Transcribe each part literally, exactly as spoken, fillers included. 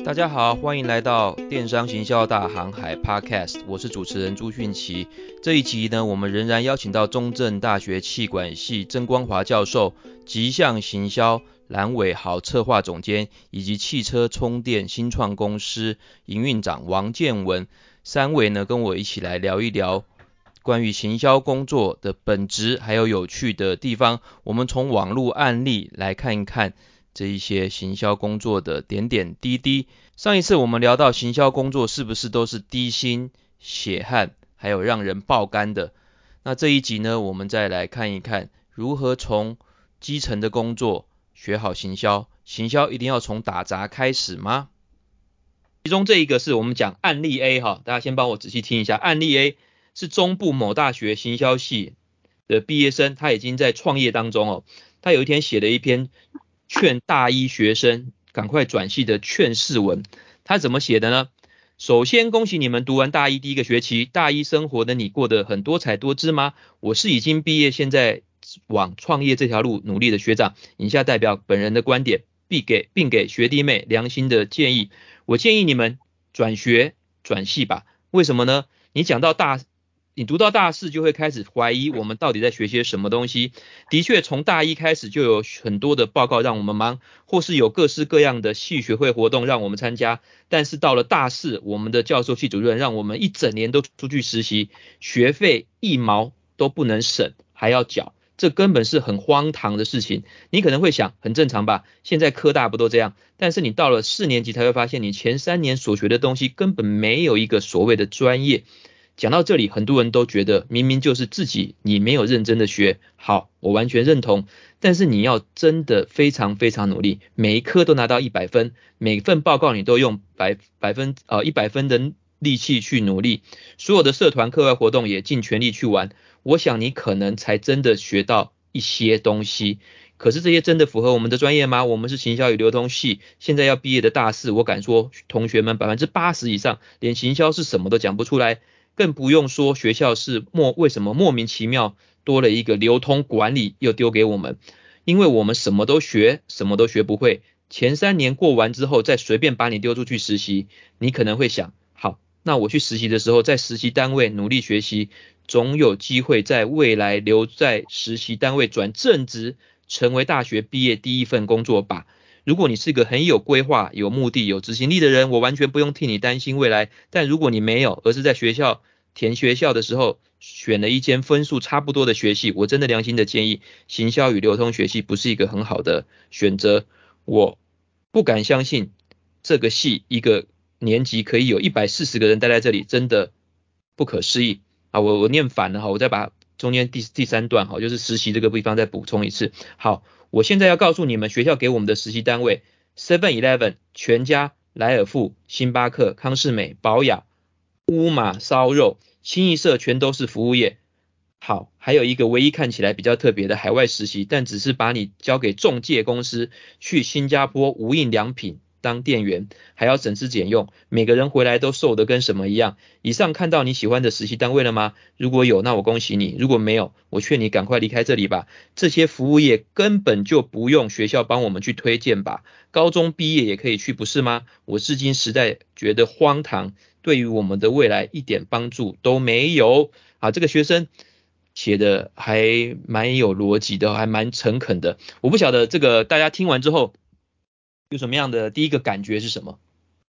大家好，欢迎来到电商行销大航海 Podcast， 我是主持人朱迅奇。这一集呢，我们仍然邀请到中正大学企管系曾光华教授、极向行销蓝伟豪策划总监，以及汽车充电新创公司营运长王建文，三位呢跟我一起来聊一聊关于行销工作的本质，还有有趣的地方。我们从网络案例来看一看这一些行销工作的点点滴滴。上一次我们聊到行销工作是不是都是滴薪、血汗，还有让人爆肝的？那这一集呢，我们再来看一看如何从基层的工作学好行销。行销一定要从打杂开始吗？其中这一个是我们讲案例 A 哈，大家先帮我仔细听一下。案例 A 是中部某大学行销系的毕业生，他已经在创业当中哦。他有一天写了一篇劝大一学生赶快转系的劝世文。他怎么写的呢？首先恭喜你们读完大一第一个学期，大一生活的你过得很多彩多姿吗？我是已经毕业，现在往创业这条路努力的学长，以下代表本人的观点，并给并给学弟妹良心的建议。我建议你们转学转系吧。为什么呢？你讲到大你读到大四就会开始怀疑我们到底在学些什么东西。的确从大一开始就有很多的报告让我们忙，或是有各式各样的系学会活动让我们参加，但是到了大四，我们的教授系主任让我们一整年都出去实习，学费一毛都不能省，还要缴，这根本是很荒唐的事情。你可能会想很正常吧，现在科大不都这样？但是你到了四年级才会发现，你前三年所学的东西根本没有一个所谓的专业。讲到这里，很多人都觉得明明就是自己你没有认真的学好，我完全认同，但是你要真的非常非常努力，每一科都拿到一百分，每份报告你都用百百分呃一百分的力气去努力，所有的社团课外活动也尽全力去玩，我想你可能才真的学到一些东西。可是这些真的符合我们的专业吗？我们是行销与流通系，现在要毕业的大四，我敢说同学们百分之八十以上连行销是什么都讲不出来，更不用说学校是莫为什么莫名其妙多了一个流通管理又丢给我们，因为我们什么都学，什么都学不会。前三年过完之后，再随便把你丢出去实习，你可能会想，好，那我去实习的时候，在实习单位努力学习，总有机会在未来留在实习单位转正职，成为大学毕业第一份工作吧。如果你是个很有规划、有目的、有执行力的人，我完全不用替你担心未来。但如果你没有，而是在学校填学校的时候选了一间分数差不多的学系，我真的良心的建议，行销与流通学系不是一个很好的选择。我不敢相信这个系一个年级可以有一百四十个人待在这里，真的不可思议啊！我我念反了哈，我再把中间第第三段哈，就是实习这个地方再补充一次。好。我现在要告诉你们学校给我们的实习单位 seven eleven 全家、莱尔富、星巴克、康士美、宝雅、乌马烧肉、清一色全都是服务业。好，还有一个唯一看起来比较特别的海外实习，但只是把你交给中介公司去新加坡无印良品当店员，还要省吃俭用，每个人回来都瘦得跟什么一样。以上看到你喜欢的实习单位了吗？如果有，那我恭喜你；如果没有，我劝你赶快离开这里吧。这些服务业根本就不用学校帮我们去推荐吧，高中毕业也可以去，不是吗？我至今实在觉得荒唐，对于我们的未来一点帮助都没有。啊，这个学生写的还蛮有逻辑的，还蛮诚恳的。我不晓得这个大家听完之后有什么样的第一个感觉是什么？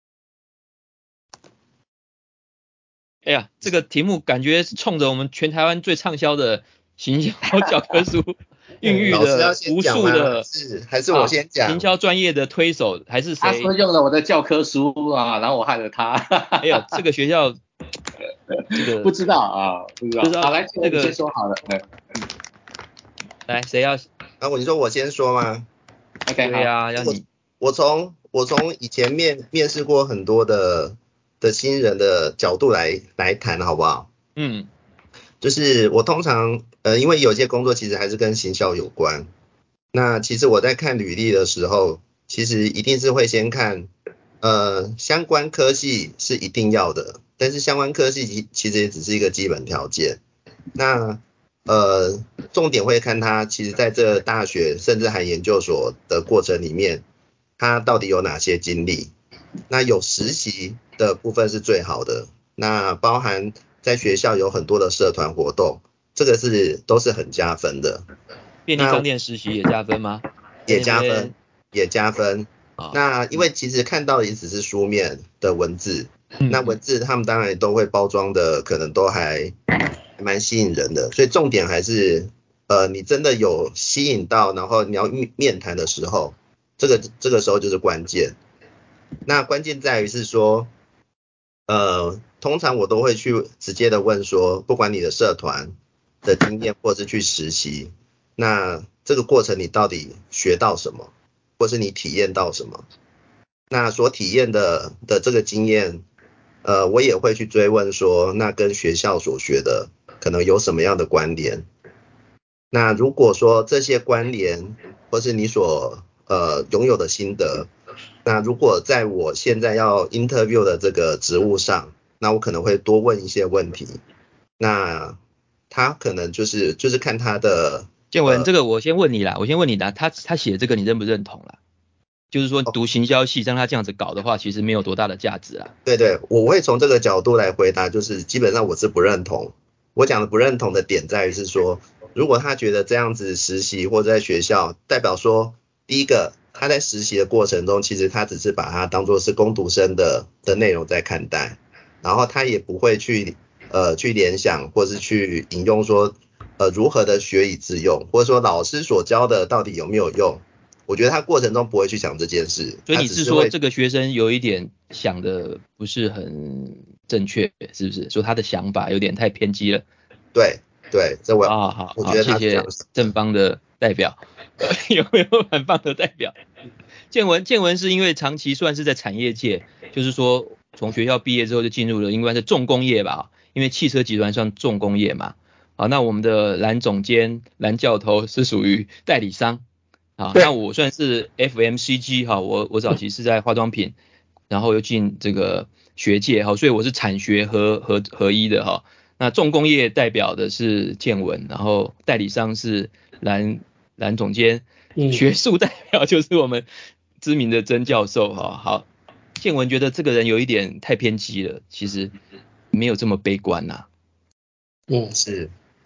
哎呀，这个题目感觉是冲着我们全台湾最畅销的行销教科书，孕育老师要了无先讲吗？ 数的是还是我先讲？ 行销专业的推手，还是谁？ 他说用了我的教科书啊，然后我害了他。 哎呦，这个学校，这个不知道啊，不知道。 不知道好，来， 这个你先说好了。嗯来谁要？ 啊，我你说我先说吗？ OK， 对啊，要我你。 我从我从以前面面试过很多的的新人的角度来来谈，好不好？ 嗯， 就是我通常呃，因为有些工作其实还是跟行销有关。那其实我在看履历的时候，其实一定是会先看呃相关科系是一定要的，但是相关科系其其实也只是一个基本条件。那呃重点会看他其实在这大学甚至还研究所的过程里面，他到底有哪些经历。 那有实习的部分是最好的，那包含在学校有很多的社团活动，这个是都是很加分的。 便利商店实习也加分吗？ 也加分，也加分。 哦、 那因为其实看到的也只是书面的文字， 嗯、 那文字他们当然都会包装的，可能都还还蛮吸引人的，所以重点还是呃你真的有吸引到，然后你要面谈的时候，这个这个时候就是关键。那关键在于是说，呃，通常我都会去直接的问说，不管你的社团的经验或是去实习，那这个过程你到底学到什么，或是你体验到什么？那所体验的的这个经验，呃，我也会去追问说，那跟学校所学的可能有什么样的关联？那如果说这些关联，或是你所呃拥有的心得，那如果在我现在要 interview 的这个职务上，那我可能会多问一些问题。那他可能就是就是看他的。 建文，这个我先问你啦，我先问你啦，他他写这个你认不认同啦？就是说读行销系让他这样子搞的话，其实没有多大的价值啦。 对对，我会从这个角度来回答，就是基本上我是不认同。我讲的不认同的点在于是说，如果他觉得这样子实习或者在学校，代表说第一个他在实习的过程中，其实他只是把它当作是工读生的的内容在看待，然后他也不会去呃去联想或是去引用说呃如何的学以致用，或者说老师所教的到底有没有用。我觉得他过程中不会去想这件事， 所以你是说这个学生有一点想的不是很正确，是不是？说他的想法有点太偏激了。 对对，这我啊、哦、好， 我觉得他谢谢正方的代表，有没有反方的代表？建文建文是因为长期算是在产业界，就是说从学校毕业之后就进入了应该是重工业吧，因为汽车集团算重工业嘛。好，那我们的蓝总监蓝教头是属于代理商。啊，那我算是 F M C G 哈，我我早期是在化妆品，然后又进这个学界哈，所以我是产学合合合一的哈。那重工业代表的是建文，然后代理商是蓝蓝总监，学术代表就是我们知名的曾教授哈。好，建文觉得这个人有一点太偏激了，其实没有这么悲观呐、啊。 嗯，是。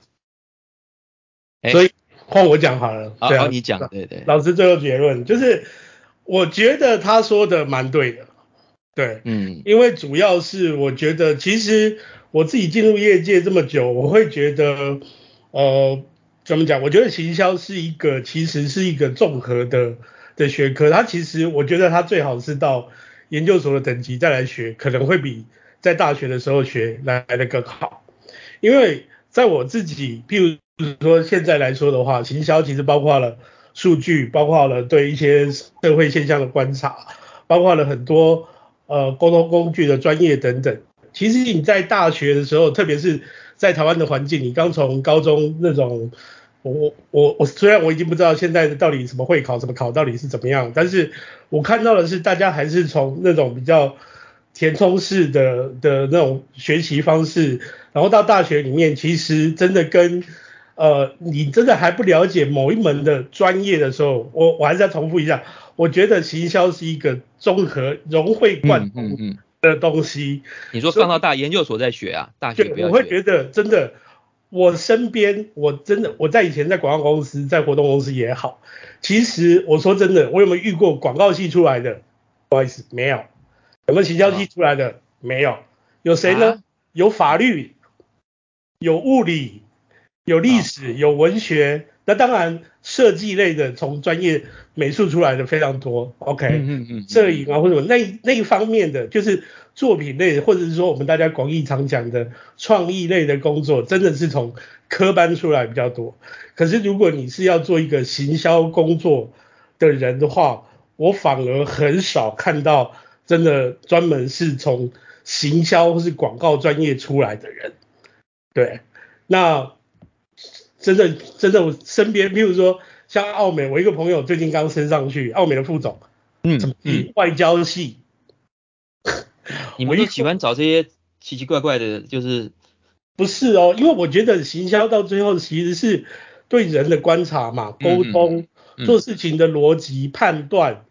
所以换我讲好了。 好， 对啊， 好你讲，对对。 老师最后结论就是，我觉得他说的蛮对的，对， 嗯， 因为主要是我觉得，其实我自己进入业界这么久，我会觉得，呃，怎么讲？我觉得行销是一个，其实是一个综合的的学科，它其实我觉得它最好是到研究所的等级再来学，可能会比在大学的时候学来的更好，因为在我自己，譬如。就是说现在来说的话，行销其实包括了数据，包括了对一些社会现象的观察，包括了很多呃沟通工具的专业等等。其实你在大学的时候，特别是在台湾的环境，你刚从高中那种，我我我虽然我已经不知道现在到底什么会考什么考到底是怎么样，但是我看到的是大家还是从那种比较填充式的的那种学习方式，然后到大学里面，其实真的跟呃，你真的还不了解某一门的专业的时候，我我还是要重复一下，我觉得行销是一个综合融会贯通的东西。 嗯嗯嗯、你说放到大研究所再学啊，大学不要学。 我会觉得真的，我身边我真的我在以前在广告公司、在活动公司也好，其实我说真的，我有没有遇过广告系出来的？不好意思，没有。有没有行销系出来的？啊、没有。有谁呢？啊、有法律，有物理。有历史，有文学，那当然设计类的，从专业美术出来的非常多 ，OK，嗯嗯嗯，摄影啊或者那那一方面的，就是作品类，或者是说我们大家广义常讲的创意类的工作，真的是从科班出来比较多。可是如果你是要做一个行销工作的人的话，我反而很少看到真的专门是从行销或是广告专业出来的人，对，那。真的，真的，我身边，譬如说像奥美，我一个朋友最近刚升上去，奥美的副总，嗯，什么系？外交系。 你们都喜欢找这些奇奇怪怪的，就是不是哦？因为我觉得行销到最后其实是对人的观察嘛，沟通、嗯嗯、做事情的逻辑判断，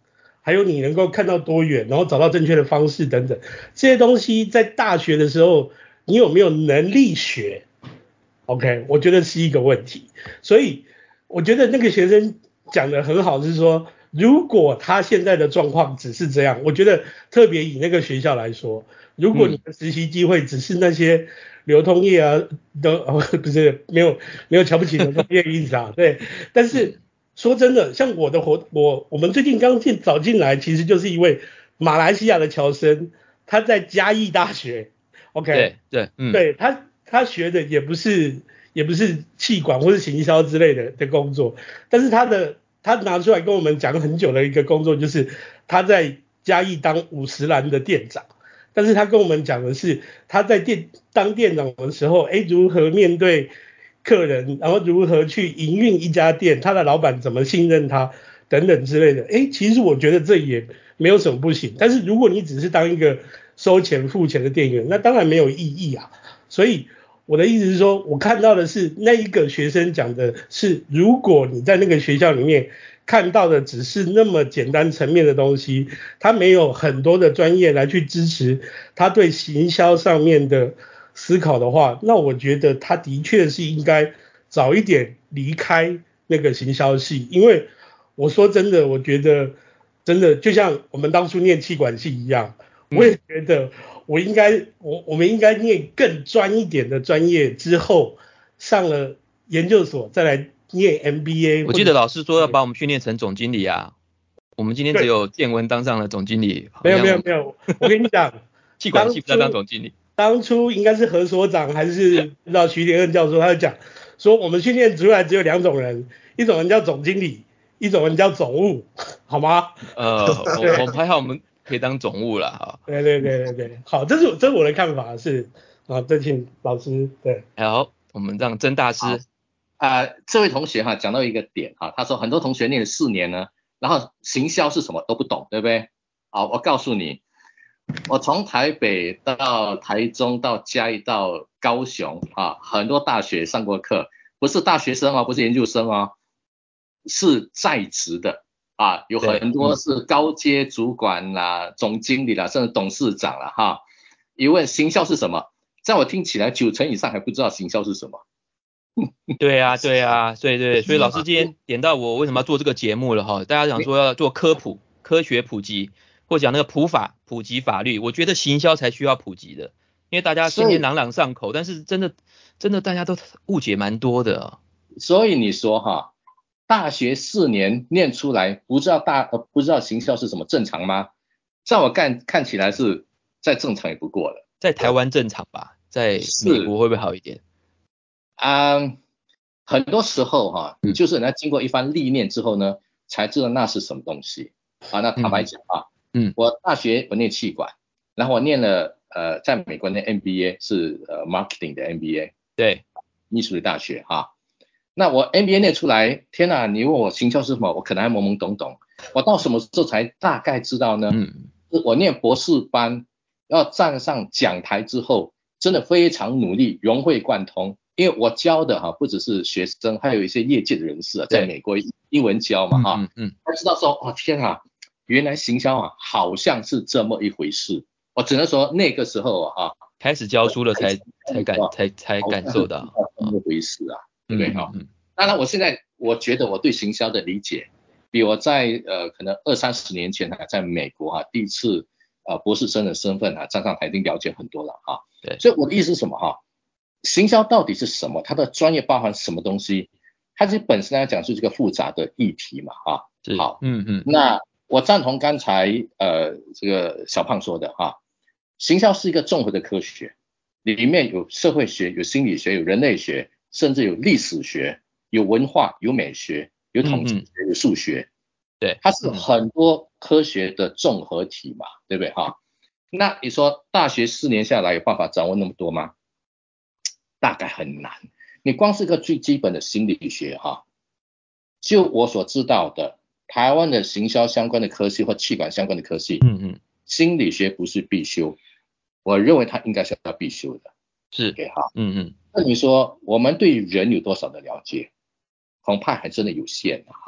还有你能够看到多远，然后找到正确的方式等等，这些东西在大学的时候，你有没有能力学 ？OK， 我觉得是一个问题。所以我觉得那个学生讲的很好，是说如果他现在的状况只是这样，我觉得特别以那个学校来说，如果你的实习机会只是那些流通业啊，都、哦、不是没有没有瞧不起流通业意思啊，对，但是。说真的，像我的活，我我们最近刚进找进来，其实就是一位马来西亚的侨生，他在嘉义大学 ，OK， 对对，嗯， 对他他学的也不是也不是企管或是行销之类的的工作，但是他的他拿出来跟我们讲很久的一个工作，就是他在嘉义当五十岚的店长，但是他跟我们讲的是他在店当店长的时候，哎，如何面对客人，然后如何去营运一家店，他的老板怎么信任他，等等之类的。哎，其实我觉得这也没有什么不行。但是如果你只是当一个收钱付钱的店员，那当然没有意义啊。所以我的意思是说，我看到的是那一个学生讲的是，如果你在那个学校里面看到的只是那么简单层面的东西，他没有很多的专业来去支持他对行销上面的思考的话，那我觉得他的确是应该早一点离开那个行销系，因为我说真的，我觉得真的就像我们当初念企管系一样，我也觉得我应该我我们应该念更专一点的专业之后，上了研究所再来念 M B A。 我记得老师说要把我们训练成总经理啊，我们今天只有建文当上了总经理， 没有没有没有，我跟你讲， 企管系不要当总经理。 当初应该是何所长还是不知道徐连恩教授，他就讲说我们训练出来只有两种人，一种人叫总经理，一种人叫总务，好吗？ 呃，我我们还好，我们可以当总务了哈。 对对对对对，好，这是这是我的看法是啊，这请老师对。 好，我们让曾大师。 啊、呃，这位同学哈讲到一个点哈，他说很多同学念了四年呢，然后行销是什么都不懂，对不对？好，我告诉你。我从台北到台中到嘉义到高雄啊，很多大学上过课，不是大学生哦，不是研究生哦，是在职的啊，有很多是高阶主管啦、总经理啦，甚至董事长啦哈。一问行销是什么，在我听起来九成以上还不知道行销是什么。 对啊，对啊，对对，所以老师今天点到我为什么要做这个节目了哈，大家想说要做科普、科学普及。或讲那个普法普及法律，我觉得行销才需要普及的，因为大家天天朗朗上口，但是真的真的大家都误解蛮多的、哦。 所以你说哈，大学四年念出来不知道大呃不知道行销是什么正常吗？在我看看起来是再正常也不过了。 在台湾正常吧，在美国会不会好一点？ 啊、嗯，很多时候哈，你就是人家经过一番历练之后呢，才知道那是什么东西啊。那坦白讲啊。 嗯， 我大学我念企管，然后我念了呃，在美国念 M B A 是呃 marketing 的 M B A， 对，密苏里大学哈。那我 M B A 念出来，天哪！你问我行销是什么，我可能还懵懵懂懂。我到什么时候才大概知道呢？嗯，我念博士班，要站上讲台之后，真的非常努力，融会贯通。因为我教的哈，不只是学生，还有一些业界的人士啊，在美国英文教嘛哈，嗯嗯，他知道说，哦天啊！原来行销啊，好像是这么一回事。我只能说那个时候啊， 开始教书了才才感才才感受到这么回事啊，对不对啊？嗯，当然，我现在我觉得我对行销的理解，比我在呃可能二三十年前啊，在美国啊第一次呃博士生的身份啊站上台，已经了解很多了啊。对，所以我的意思是什么哈？行销到底是什么？它的专业包含什么东西？它其实本身来讲是这个复杂的议题嘛啊。好，嗯嗯，那。我赞同刚才呃这个小胖说的哈，行销是一个综合的科学，里面有社会学、有心理学、有人类学，甚至有历史学、有文化、有美学、有统计学、有数学，对，它是很多科学的综合体嘛，对不对哈？那你说大学四年下来有办法掌握那么多吗？大概很难。你光是个最基本的心理学哈，就我所知道的。台湾的行销相关的科系或企管相关的科系，嗯嗯，心理学不是必修，我认为它应该是要必修的， 是， 对哈， 嗯嗯， 那你说我们对人有多少的了解，恐怕还真的有限哈。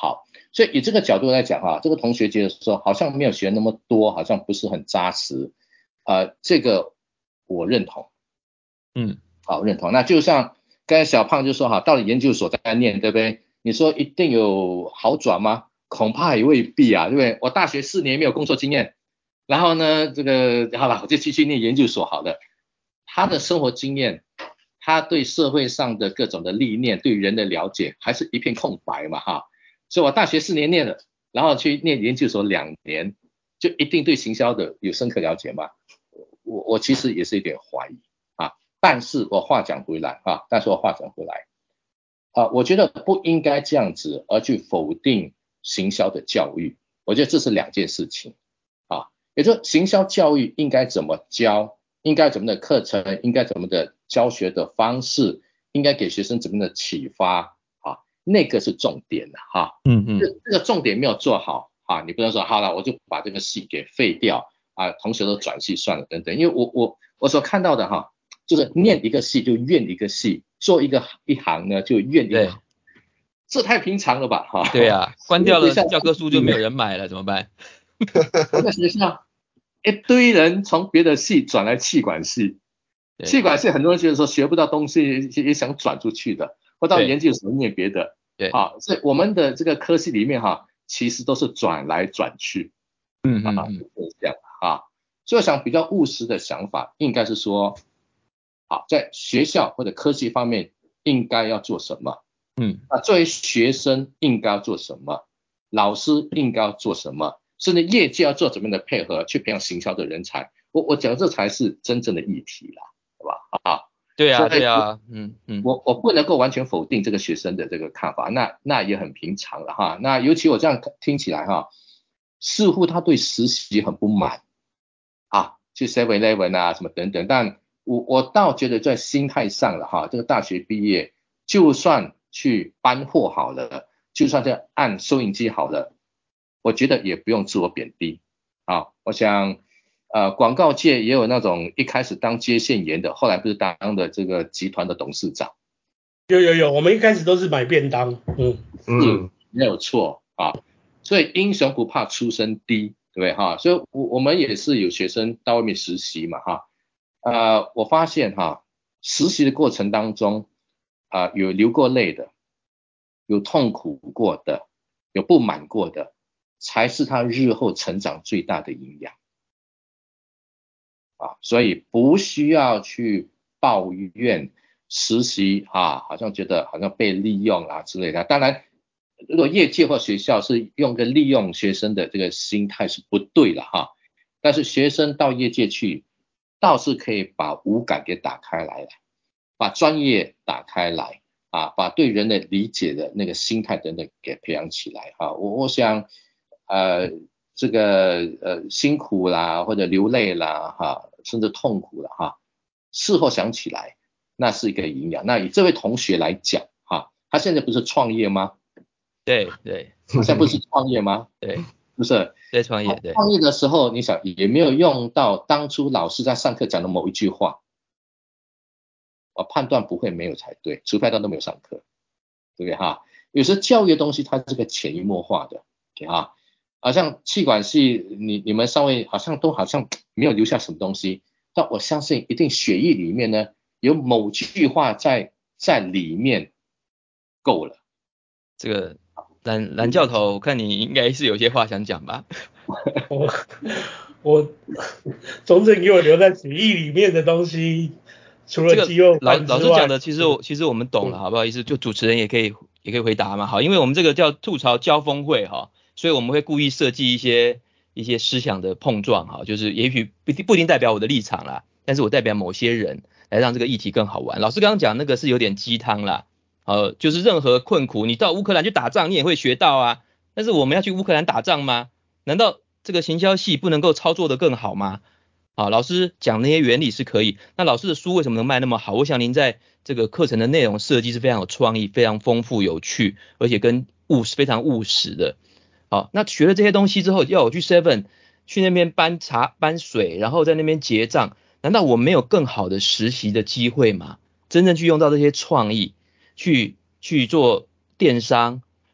好，所以以这个角度来讲啊，这个同学觉得说好像没有学那么多，好像不是很扎实，呃，这个我认同， 嗯， 好，认同。那就像刚才小胖就说哈，到了研究所再念，对不对？你说一定有好转吗？恐怕也未必啊，对不对？我大学四年没有工作经验，然后呢，这个好了，我就继续念研究所好了。他的生活经验，他对社会上的各种的历练，对人的了解，还是一片空白嘛哈。所以我大学四年念了，然后去念研究所两年，就一定对行销的有深刻了解吗？我我其实也是有点怀疑啊。但是我话讲回来啊，但是我话讲回来啊，我觉得不应该这样子而去否定行销的教育，我觉得这是两件事情啊。也就是行销教育应该怎么教，应该怎么的课程，应该怎么的教学的方式，应该给学生怎么的启发啊，那个是重点的哈。 嗯嗯， 这这个重点没有做好啊，你不能说好了我就把这个系给废掉啊，同学都转系算了等等，因为我我我所看到的哈，就是念一个系就怨一个系，做一个一行呢就怨一个行，这太平常了吧哈。 对啊，关掉了教科书就没有人买了怎么办？ 我在学校一堆人从别的系转来企管系，企管系很多人觉得说学不到东西也想转出去的，或到研究所念别的。 对， 好，所以我们的这个科系里面哈，其实都是转来转去。 嗯嗯嗯， 就是这样啊。所以我想比较务实的想法应该是说，好，在学校或者科技方面应该要做什么？ 嗯， 啊，作为学生应该要做什么？老师应该要做什么？甚至业界要做怎么样的配合去培养行销的人才？我我讲这才是真正的议题啦，对吧？啊， 对啊对啊，嗯嗯， 我我不能够完全否定这个学生的这个看法，那那也很平常了哈。那尤其我这样听起来哈，似乎他对实习很不满啊，去 seven eleven 啊什么等等，但我我倒觉得在心态上了哈，这个大学毕业就算去搬货好了，就算是按收银机好了，我觉得也不用自我贬低啊。我想呃广告界也有那种一开始当接线员的，后来不是当的这个集团的董事长。 有有有，我们一开始都是买便当，嗯嗯，没有错啊。所以英雄不怕出身低，对不对哈？所以我我们也是有学生到外面实习嘛哈。呃，我发现哈，实习的过程当中啊、呃，有流过泪的，有痛苦过的，有不满过的，才是他日后成长最大的营养啊。所以不需要去抱怨实习啊，好像觉得好像被利用啊之类的。当然，如果业界或学校是用个利用学生的这个心态是不对的哈。但是学生到业界去，倒是可以把五感给打开来了，把专业打开来啊，把对人的理解的那个心态等等给培养起来哈。我我想呃这个呃辛苦啦或者流泪啦哈，甚至痛苦了哈，事后想起来那是一个营养。那以这位同学来讲哈，他现在不是创业吗？ 对对， 现在不是创业吗？ 对， 不是在创业，对， 创业的时候你想也没有用到当初老师在上课讲的某一句话，我判断不会没有才对，除非他都没有上课，对不对哈？有时候教育的东西它是个潜移默化的，对哈。好像企管系你你们三位好像都好像没有留下什么东西，但我相信一定血液里面呢有某句话在在里面够了。 这个蓝蓝教头，我看你应该是有些话想讲吧？ 我我总整给我留在血液里面的东西，除了鸡肉老饭之外， 老师讲的，其实我其实我们懂了，好不好意思？就主持人也可以也可以回答嘛，好，因为我们这个叫吐槽交锋会哈，所以我们会故意设计一些一些思想的碰撞哈，就是也许不不一定代表我的立场啦，但是我代表某些人来让这个议题更好玩。老师刚刚讲那个是有点鸡汤啦，呃，就是任何困苦，你到乌克兰去打仗，你也会学到啊。但是我们要去乌克兰打仗吗？难道这个行销系不能够操作得更好吗？啊，老师讲那些原理是可以，那老师的书为什么能卖那么好？我想您在这个课程的内容设计是非常有创意、非常丰富、有趣，而且跟务实非常务实的。好，那学了这些东西之后，要我去 Seven 去那边搬茶、搬水，然后在那边结账，难道我没有更好的实习的机会吗？真正去用到这些创意，去去做电商，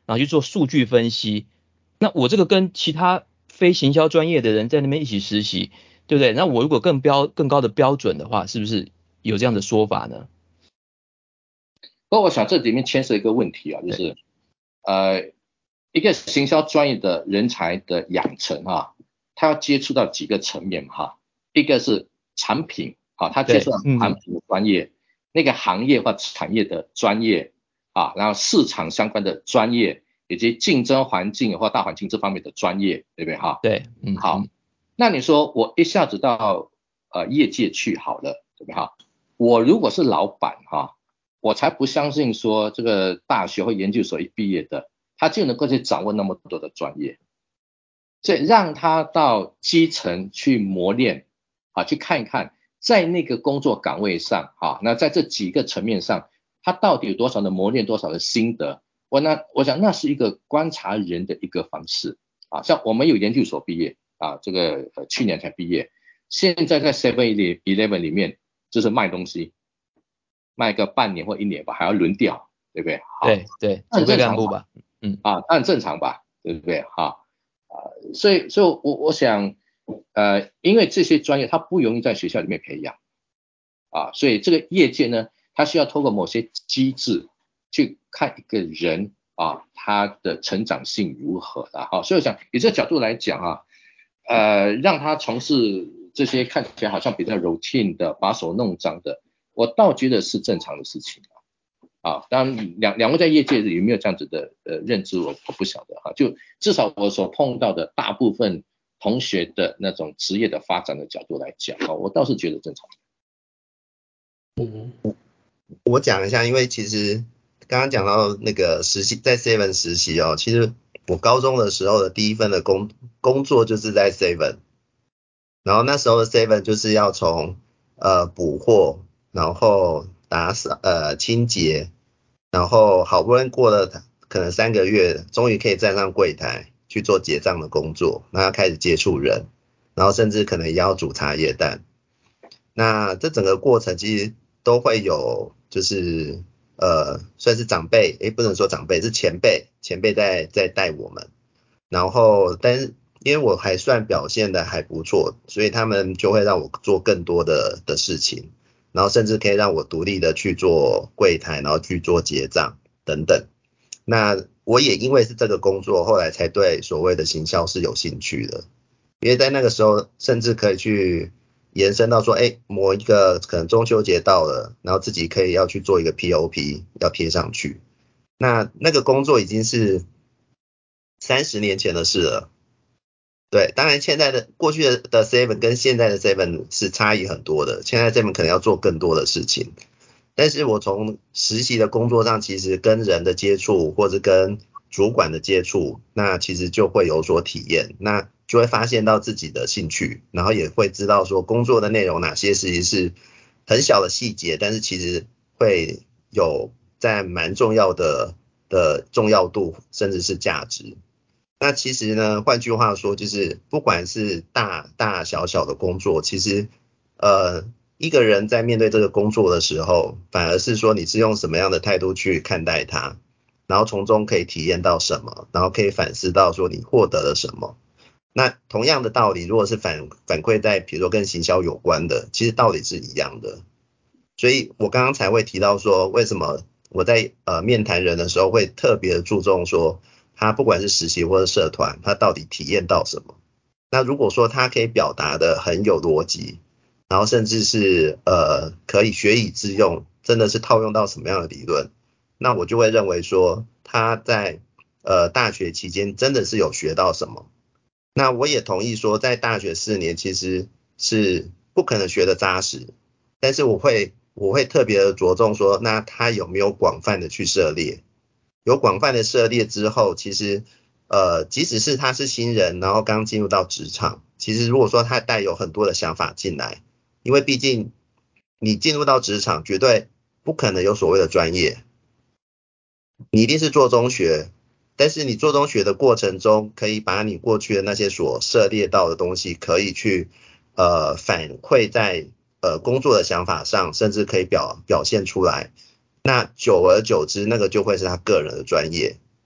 然后去做数据分析。那我这个跟其他非行销专业的人在那边一起实习，对不对？那我如果更标更高的标准的话，是不是有这样的说法呢？ 不过我想这里面牵涉一个问题啊，就是呃一个行销专业的人才的养成啊，他要接触到几个层面哈，一个是产品啊，他接触到产品的专业，嗯、那个行业或产业的专业啊，然后市场相关的专业，以及竞争环境或大环境这方面的专业，对不对哈？ 对，嗯， 好，那你说我一下子到呃业界去好了，对不对哈？我如果是老板哈，我才不相信说这个大学或研究所一毕业的，他就能够去掌握那么多的专业，所以让他到基层去磨练啊，去看一看在那个工作岗位上啊，那在这几个层面上，他到底有多少的磨练，多少的心得。我那我想那是一个观察人的一个方式啊，像我们有研究所毕业啊，这个呃去年才毕业，现在在 seven eleven 里面就是卖东西，卖个半年或一年吧，还要轮调，对不对？ 对对， 很正常吧， 嗯啊，那很正常吧，对不对？哈啊，所以所以我我想，呃，因为这些专业它不容易在学校里面培养啊，所以这个业界呢，它需要透过某些机制去看一个人啊，他的成长性如何的哈，所以我想以这个角度来讲啊，呃，让他从事这些看起来好像比较 routine 的把手弄脏的，我倒觉得是正常的事情啊。啊，当然两两位在业界有没有这样子的呃认知，我我不晓得哈。就至少我所碰到的大部分同学的那种职业的发展的角度来讲啊，我倒是觉得正常。 嗯，我讲一下，因为其实刚刚讲到那个实习在 Seven 实习哦，其实我高中的时候的第一份的工工作就是在 Seven， 然后那时候的 Seven 就是要从呃补货，然后打扫呃清洁，然后好不容易过了可能三个月，终于可以站上柜台去做结账的工作，然后开始接触人，然后甚至可能也要煮茶叶蛋。那这整个过程其实都会有，就是呃算是长辈，诶不能说长辈，是前辈，前辈在在带我们。然后但是因为我还算表现的还不错，所以他们就会让我做更多的的事情，然后甚至可以让我独立的去做柜台，然后去做结账等等。那我也因为是这个工作，后来才对所谓的行销是有兴趣的，因为在那个时候甚至可以去延伸到说，哎，某一个可能中秋节到了，然后自己可以要去做一个 P O P 要贴上去，那那个工作已经是三十年前的事了。对，当然现在的过去的的 Seven 跟现在的 Seven 是差异很多的，现在 Seven 可能要做更多的事情，但是我从实习的工作上，其实跟人的接触或者跟主管的接触，那其实就会有所体验，那就会发现到自己的兴趣，然后也会知道说工作的内容哪些其实是很小的细节，但是其实会有在蛮重要的的重要度，甚至是价值。那其实呢，换句话说，就是不管是大大小小的工作，其实呃一个人在面对这个工作的时候，反而是说你是用什么样的态度去看待它，然后从中可以体验到什么，然后可以反思到说你获得了什么。那同样的道理，如果是反反馈在比如说跟行销有关的，其实道理是一样的。所以我刚刚才会提到说，为什么我在呃面谈人的时候会特别注重说，他不管是实习或者社团，他到底体验到什么。那如果说他可以表达的很有逻辑，然后甚至是呃可以学以致用，真的是套用到什么样的理论，那我就会认为说他在呃大学期间真的是有学到什么。那我也同意说，在大学四年其实是不可能学的扎实，但是我会我会特别的着重说，那他有没有广泛的去涉猎？有广泛的涉猎之后，其实呃即使是他是新人，然后刚进入到职场，其实如果说他带有很多的想法进来，因为毕竟你进入到职场，绝对不可能有所谓的专业，你一定是做中学。但是你做中学的过程中，可以把你过去的那些所涉猎到的东西，可以去呃反馈在呃工作的想法上，甚至可以表表现出来。那久而久之，那个就会是他个人的专业。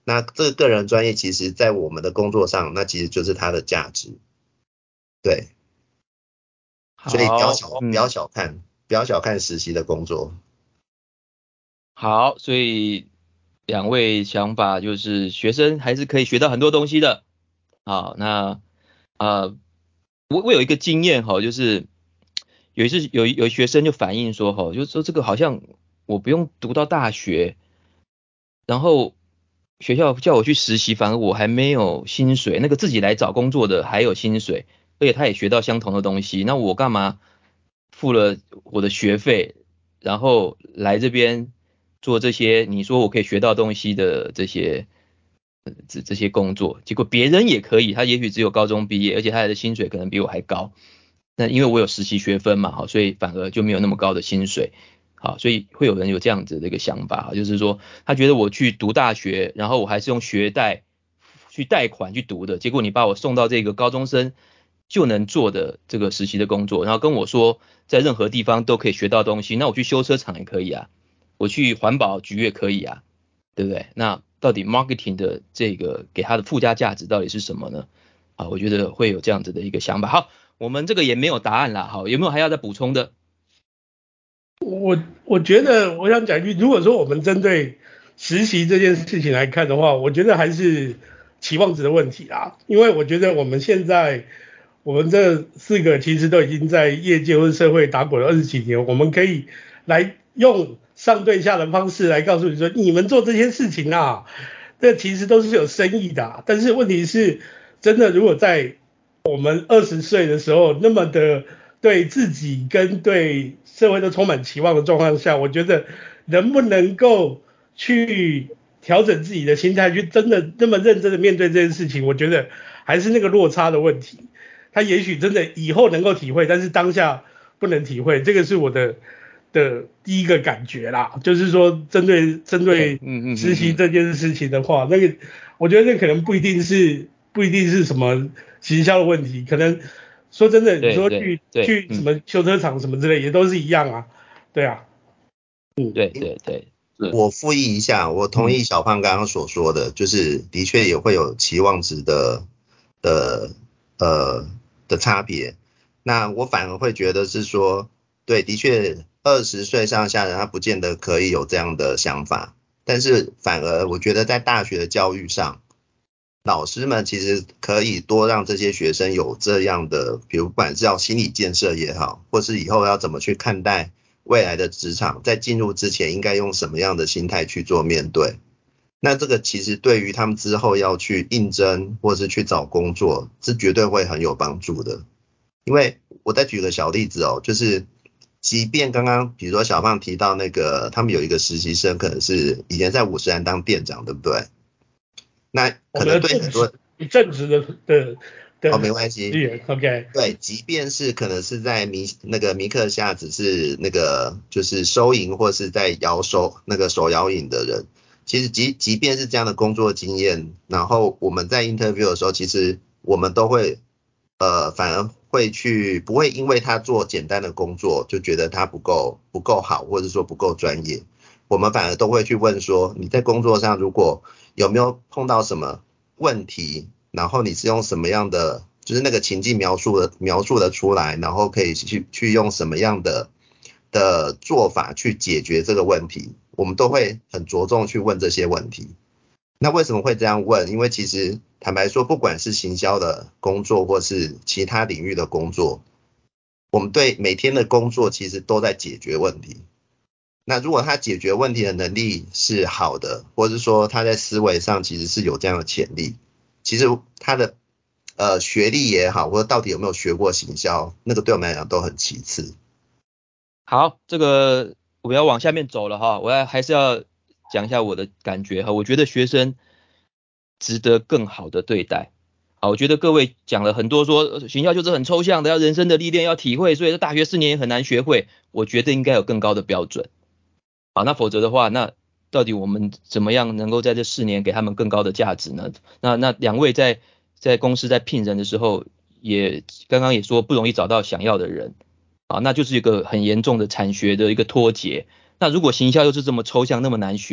那这个个人专业其实在我们的工作上，那其实就是它的价值。对，所以不要小、嗯、不要小看不要小看实习的工作。 好，所以两位想法就是学生还是可以学到很多东西的。好，那呃我我有一个经验哈，就是有一次有有学生就反映说哈，就是说这个好像我不用读到大学，然后学校叫我去实习，反而我还没有薪水，那个自己来找工作的还有薪水，而且他也学到相同的东西，那我干嘛付了我的学费，然后来这边做这些你说我可以学到东西的这些这这些工作，结果别人也可以，他也许只有高中毕业，而且他的薪水可能比我还高。那因为我有实习学分嘛，好，所以反而就没有那么高的薪水，好，所以会有人有这样子的一个想法，就是说他觉得我去读大学，然后我还是用学贷去贷款去读的，结果你把我送到这个高中生就能做的这个实习的工作，然后跟我说在任何地方都可以学到东西，那我去修车厂也可以啊，我去环保局也可以啊，对不对？那到底 marketing 的这个给他的附加价值到底是什么呢？啊，我觉得会有这样子的一个想法。好。我们这个也没有答案啦，好，有没有还要再补充的？ 我我觉得我想讲一句，如果说我们针对实习这件事情来看的话，我觉得还是期望值的问题啦。因为我觉得我们现在我们这四个其实都已经在业界或者社会打滚了二十几年，我们可以来用上对下的方式来告诉你说，你们做这些事情啊，这其实都是有深意的啊。但是问题是，真的如果在我们二十岁的时候那么的对自己跟对社会都充满期望的状况下，我觉得能不能够去调整自己的心态，去真的那么认真的面对这件事情，我觉得还是那个落差的问题。他也许真的以后能够体会，但是当下不能体会，这个是我的的第一个感觉啦。就是说针对针对实习这件事情的话，那个我觉得那可能不一定是不一定是什么行销的问题，可能说真的，你说去去什么修车厂什么之类，也都是一样啊，对啊， 嗯，对对对， 我复议一下，我同意小胖刚刚所说的，就是的确也会有期望值的的呃的差别。那我反而会觉得是说，对，的确二十岁上下人他不见得可以有这样的想法，但是反而我觉得在大学的教育上，老师们其实可以多让这些学生有这样的，比如不管是要心理建设也好，或是以后要怎么去看待未来的职场，在进入之前应该用什么样的心态去做面对。那这个其实对于他们之后要去应征或是去找工作，是绝对会很有帮助的。因为我再举个小例子哦，就是即便刚刚比如说小胖提到那个他们有一个实习生可能是以前在五十岚当店长，对不对？那可能对很多正职的的的哦没关系 ，OK， 对，即便是可能是在米那个米克夏只是那个就是收银或是在摇手那个手摇饮的人，其实即即便是这样的工作经验，然后我们在 interview 的时候，其实我们都会呃反而会去不会因为他做简单的工作就觉得他不够不够好，或者说不够专业，我们反而都会去问说你在工作上如果有没有碰到什么问题，然后你是用什么样的就是那个情境描述的描述的出来，然后可以去去用什么样的的做法去解决这个问题，我们都会很着重去问这些问题。那为什么会这样问？因为其实坦白说，不管是行销的工作或是其他领域的工作，我们对每天的工作其实都在解决问题。那如果他解决问题的能力是好的，或者是说他在思维上其实是有这样的潜力，其实他的呃学历也好，或者到底有没有学过行销，那个对我们来讲都很其次。 好，这个我们要往下面走了哈，我要还是要讲一下我的感觉哈，我觉得学生值得更好的对待。好，我觉得各位讲了很多说行销就是很抽象的，要人生的历练，要体会，所以大学四年也很难学会。我觉得应该有更高的标准。好，那否则的话，那到底我们怎么样能够在这四年给他们更高的价值呢？那那两位在在公司在聘人的时候，也刚刚也说不容易找到想要的人，啊，那就是一个很严重的产学的一个脱节。那如果行销又是这么抽象那么难学，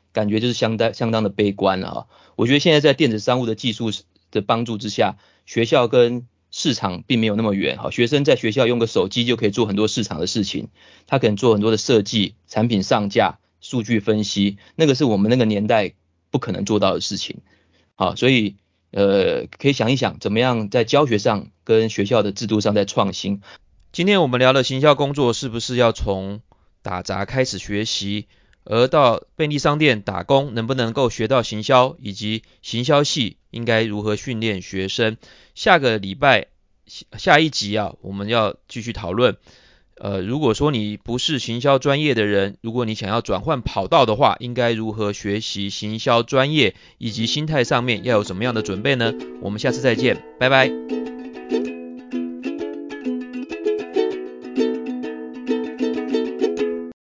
感觉就是相当相当的悲观了啊。我觉得现在在电子商务的技术的帮助之下，学校跟市场并没有那么远哈。学生在学校用个手机就可以做很多市场的事情，他可能做很多的设计、产品上架、数据分析，那个是我们那个年代不可能做到的事情。好，所以呃可以想一想，怎么样在教学上跟学校的制度上在创新。今天我们聊的行销工作是不是要从打杂开始学习，而到便利商店打工能不能够学到行销，以及行销系应该如何训练学生。下个礼拜下一集啊，我们要继续讨论呃，如果说你不是行销专业的人，如果你想要转换跑道的话，应该如何学习行销专业，以及心态上面要有什么样的准备呢？我们下次再见，拜拜。